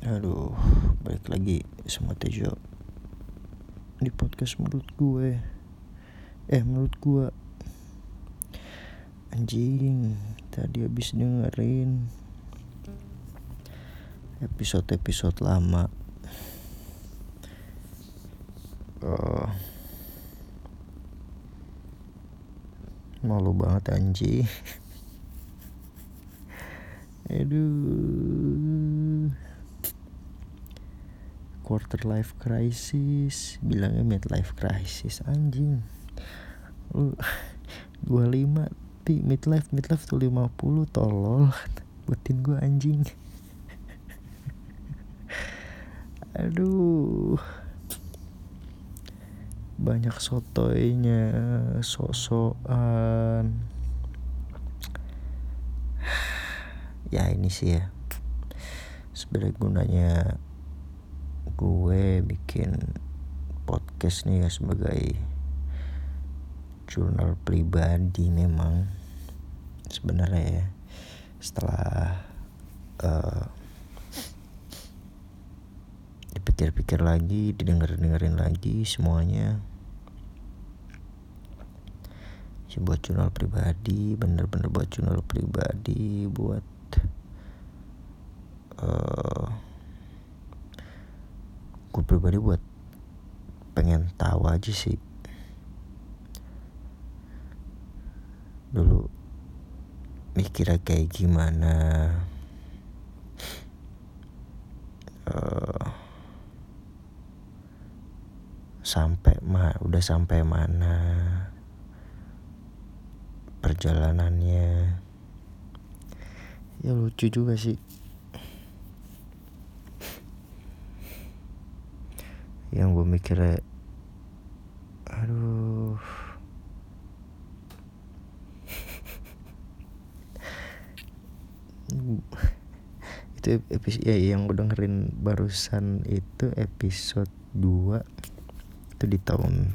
Aduh, balik lagi sama Tejo di podcast menurut gua anjing. Tadi habis dengerin episode lama. Malu banget anjing. Aduh, quarter life crisis, bilangnya midlife crisis anjing. Lu 25 midlife tuh 50, tolol. Buatin gua anjing. Aduh, banyak sotoynya, sok-sokan. Ya ini sih ya, sebenarnya gunanya gue bikin podcast nih ya sebagai jurnal pribadi memang sebenarnya ya. Setelah dipikir-pikir lagi, didengerin lagi semuanya, ya buat jurnal pribadi, bener-bener buat jurnal pribadi, buat gue pribadi, buat pengen tahu aja sih dulu mikirnya kayak gimana, udah sampai mana perjalanannya. Ya lucu juga sih yang gue mikirnya. Aduh, itu episode ya, yang gue dengerin barusan itu episode 2 itu di tahun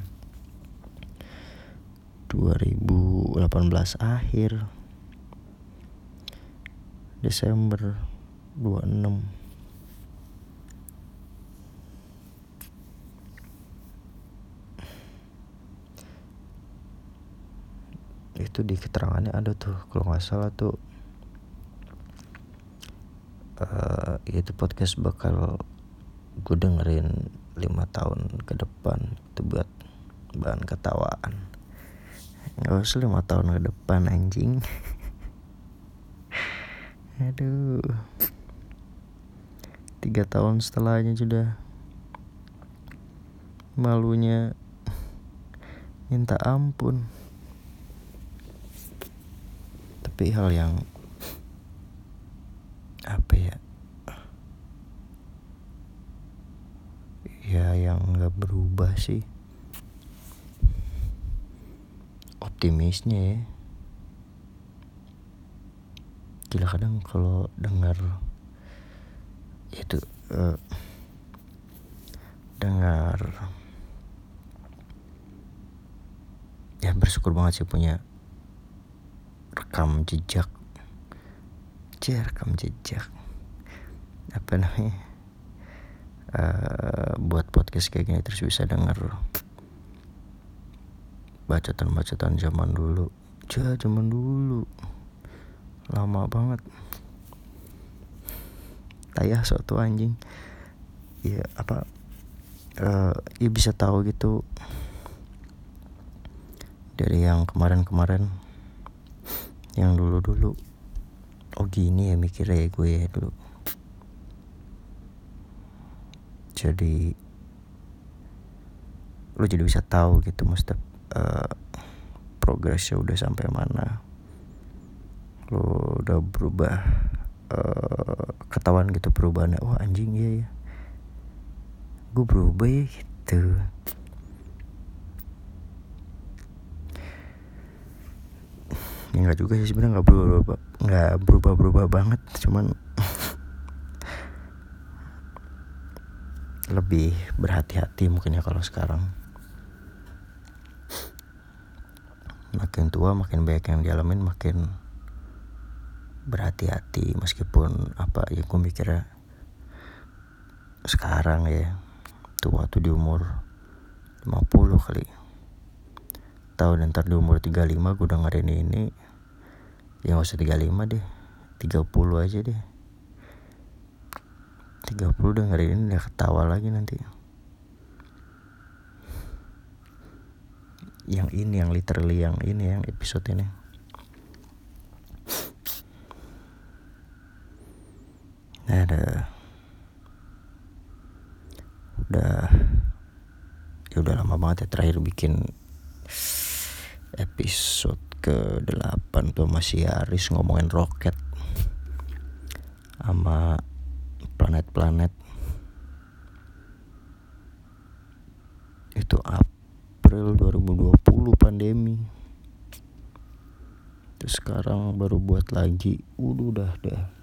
2018 akhir, Desember 26. Itu di keterangannya ada tuh, kalau nggak salah tuh, itu podcast bakal gue dengerin 5 tahun ke depan. Itu buat bahan ketawaan. Gak usah 5 tahun ke depan anjing. Aduh, 3 tahun setelahnya sudah malunya minta ampun. Tapi hal yang apa ya yang gak berubah sih optimisnya ya. Gila, kadang kalau dengar itu ya bersyukur banget sih punya rekam jejak apa namanya, buat podcast kayak gini, terus bisa denger bacotan zaman dulu lama banget. Tayah suatu anjing ya, apa ya bisa tahu gitu dari yang kemarin yang dulu. Oh gini ya mikirnya ya gue ya dulu. Jadi lu jadi bisa tahu gitu mesti progresnya udah sampai mana. Lu udah berubah, ketahuan gitu perubahannya. Wah anjing ya gue berubah ya gitu. Ya nggak juga sih sebenarnya, nggak berubah banget, cuman lebih berhati-hati mungkin ya. Kalau sekarang makin tua, makin banyak yang dialamin, makin berhati-hati. Meskipun apa ya, gue mikirnya sekarang ya tua tuh di umur 50 kali. Tahu ntar di umur 35 gue dengerin ini. Ya gak usah 35 deh, 30 aja deh. 30 dengerin ini udah ketawa lagi nanti. Yang ini, yang literally yang ini, yang episode ini. Udah lama banget ya terakhir bikin episode ke-8 tuh masih Yaris ngomongin roket sama planet-planet. Itu April 2020 pandemi. Terus sekarang baru buat lagi. Udah.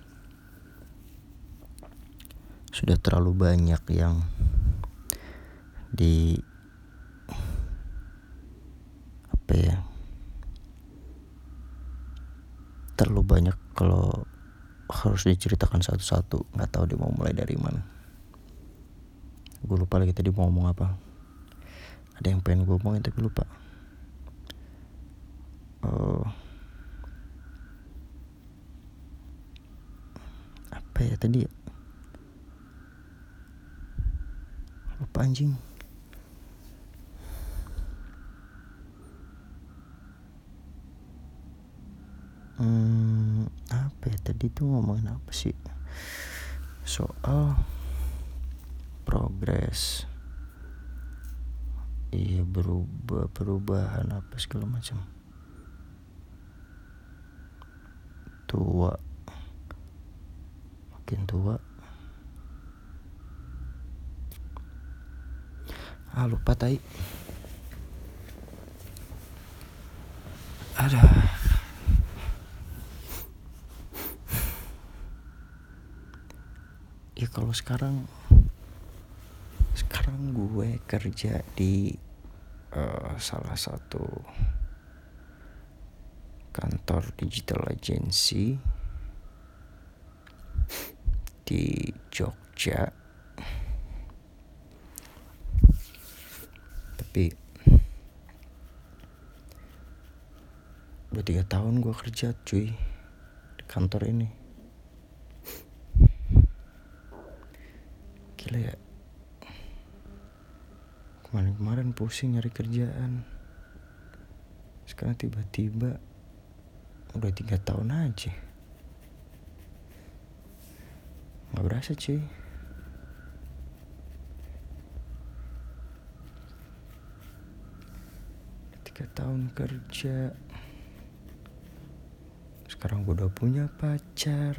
Sudah terlalu banyak yang di terlalu banyak kalau harus diceritakan satu-satu. Nggak tahu dia mau mulai dari mana. Gue lupa lagi tadi mau ngomong apa. Ada yang pengen gue omongin tapi lupa. Apa ya tadi ya? Lupa anjing. Apa ya tadi tuh ngomongin apa sih? Soal progres. Iya, perubahan apa segala macam. Makin tua. Lupa tai. Ada. Ya kalau sekarang gue kerja di salah satu kantor digital agency di Jogja. Tapi udah 3 tahun gue kerja cuy di kantor ini. Gila ya. Kemarin pusing nyari kerjaan. Sekarang tiba-tiba udah 3 tahun aja. Gak berasa cuy. Udah 3 tahun kerja. Sekarang gue udah punya pacar.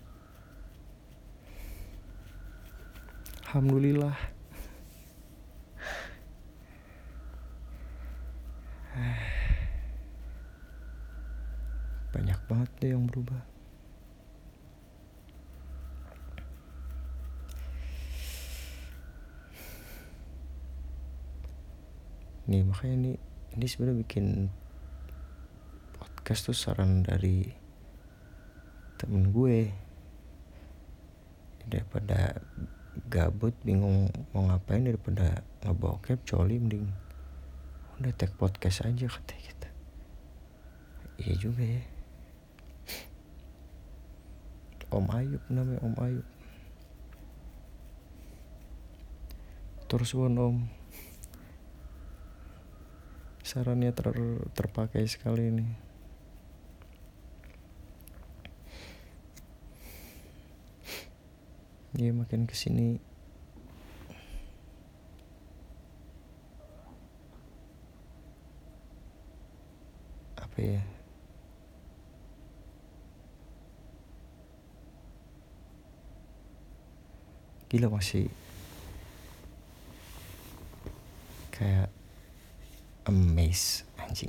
Alhamdulillah. Banyak banget deh yang berubah. Nih makanya ini sebenarnya bikin podcast tuh saran dari temen gue. Daripada gabut bingung mau ngapain, daripada ngebokep coli, mending udah take podcast aja kata kita. Iya juga ya. Om Ayub namanya, Om Ayub. Terus Om, sarannya terpakai sekali nih. Ya makin kesini apa ya, gila masih kayak amazed.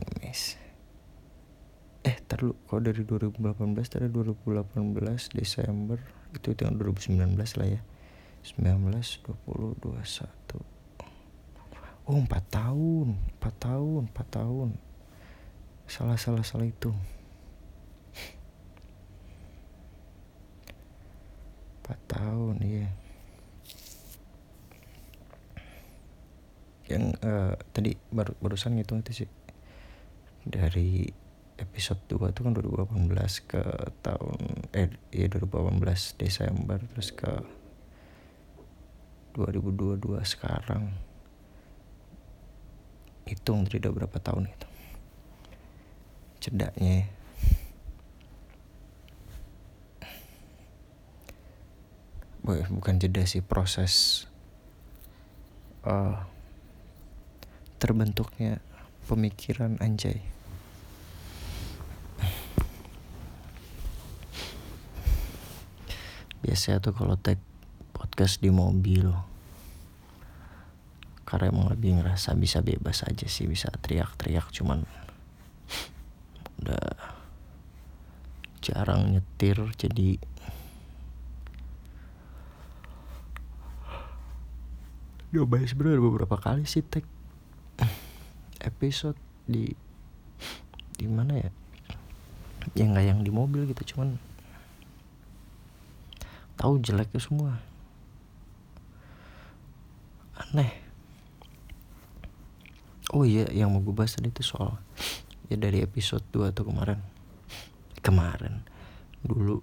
Ntar dulu, kalau dari 2018 dari 2018 Desember itu yang 2019 lah ya. 19, 20, 21. Oh 4 tahun. Salah itu. 4 tahun, iya. Yang tadi barusan ngitung itu sih, dari episode 2 tuh kan 2018 ke tahun 2018 Desember, terus ke 2022 sekarang. Hitung tidak berapa tahun itu jedanya. Bukan jeda sih, proses terbentuknya pemikiran, anjay. Biasanya tuh kalau tag podcast di mobil, karena emang lebih ngerasa bisa bebas aja sih, bisa teriak-teriak. Cuman udah jarang nyetir, jadi nyobain sebenarnya beberapa kali sih tag episode di mana ya, yang nggak yang di mobil gitu, cuman tahu jeleknya semua, aneh. Oh iya, yang mau gue bahas tadi itu soal ya dari episode 2 tuh kemarin dulu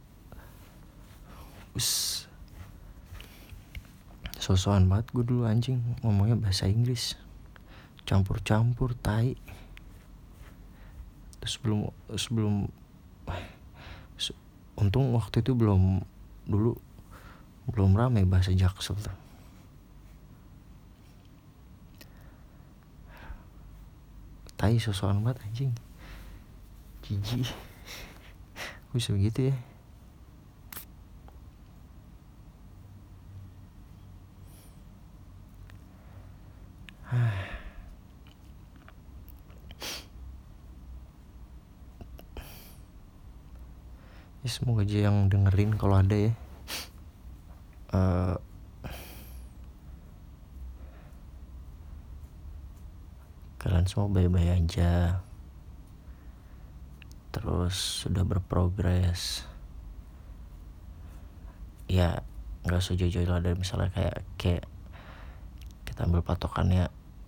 sosokan banget gue dulu, anjing, ngomongnya bahasa Inggris campur-campur tai. Terus sebelum untung waktu itu belum rame bahasa Jaksel tuh. Tai, sosokan banget anjing, jijik. Bisa begitu ya. Ya semoga aja yang dengerin, kalau ada ya, kalian semua baik-baik aja, terus sudah berprogres. Ya nggak sejauh-jauh lah dari misalnya kayak kita ambil patokannya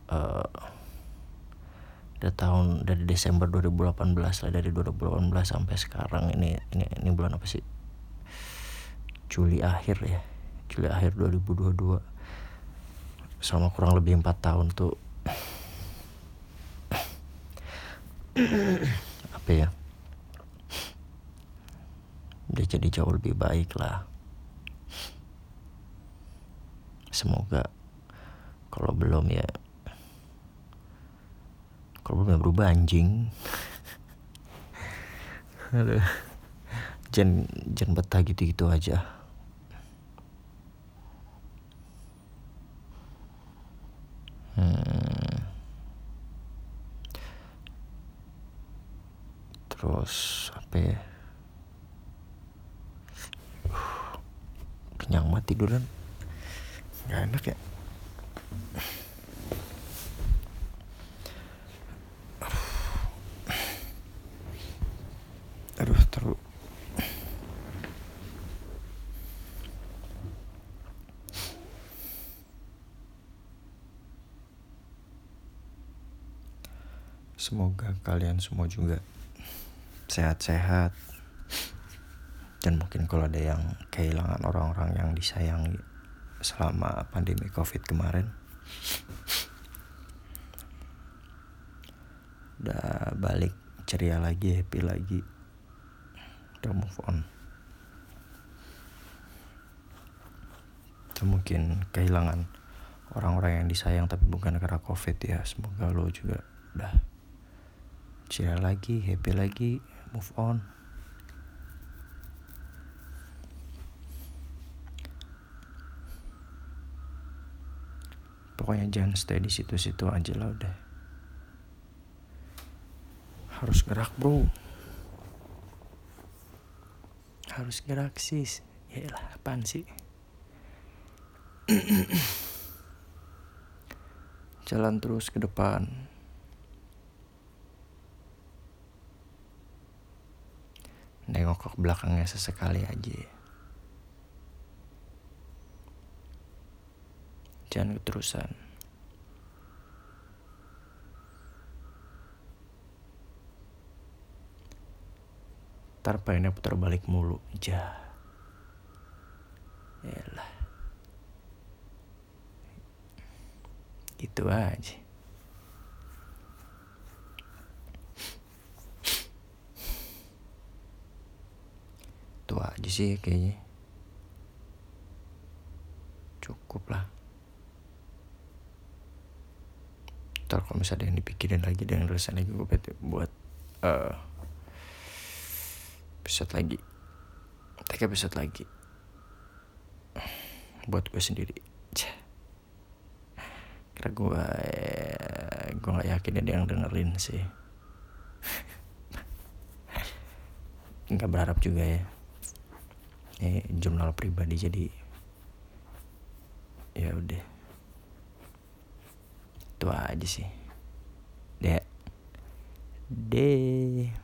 dari Desember 2018 lah, dari 2018 sampai sekarang ini bulan apa sih, Juli akhir 2022, selama kurang lebih 4 tahun tuh apa ya, udah jadi jauh lebih baik lah. Semoga kalau belum ya berubah, anjing. Aduh, jangan betah gitu-gitu aja. Terus apa ya, kenyang mati tiduran, nggak enak ya. Aduh, terus semoga kalian semua juga sehat-sehat, dan mungkin kalau ada yang kehilangan orang-orang yang disayangi selama pandemi COVID kemarin, udah balik ceria lagi, happy lagi, udah move on. Itu mungkin kehilangan orang-orang yang disayang tapi bukan karena COVID ya. Semoga lo juga udah ceria lagi, happy lagi, move on. Pokoknya jangan stay di situ-situ aja lah, udah. Harus gerak, bro. Harus gerak, sis. Yaelah, apaan sih? Jalan terus ke depan. Nengok ke belakangnya sesekali aja. Jangan keterusan. Ntar pengennya putar balik mulu. Yalah. Gitu aja. Itu aja sih kayaknya. Cukup lah. Ntar kalau misalnya ada yang dipikirin lagi, ada yang nulisan lagi, gue buat episode lagi. Take episode lagi buat gue sendiri. Karena gue gak yakin ada yang dengerin sih. Gak berharap juga ya. Ini jurnal pribadi jadi ya udah. Itu aja sih. Deh.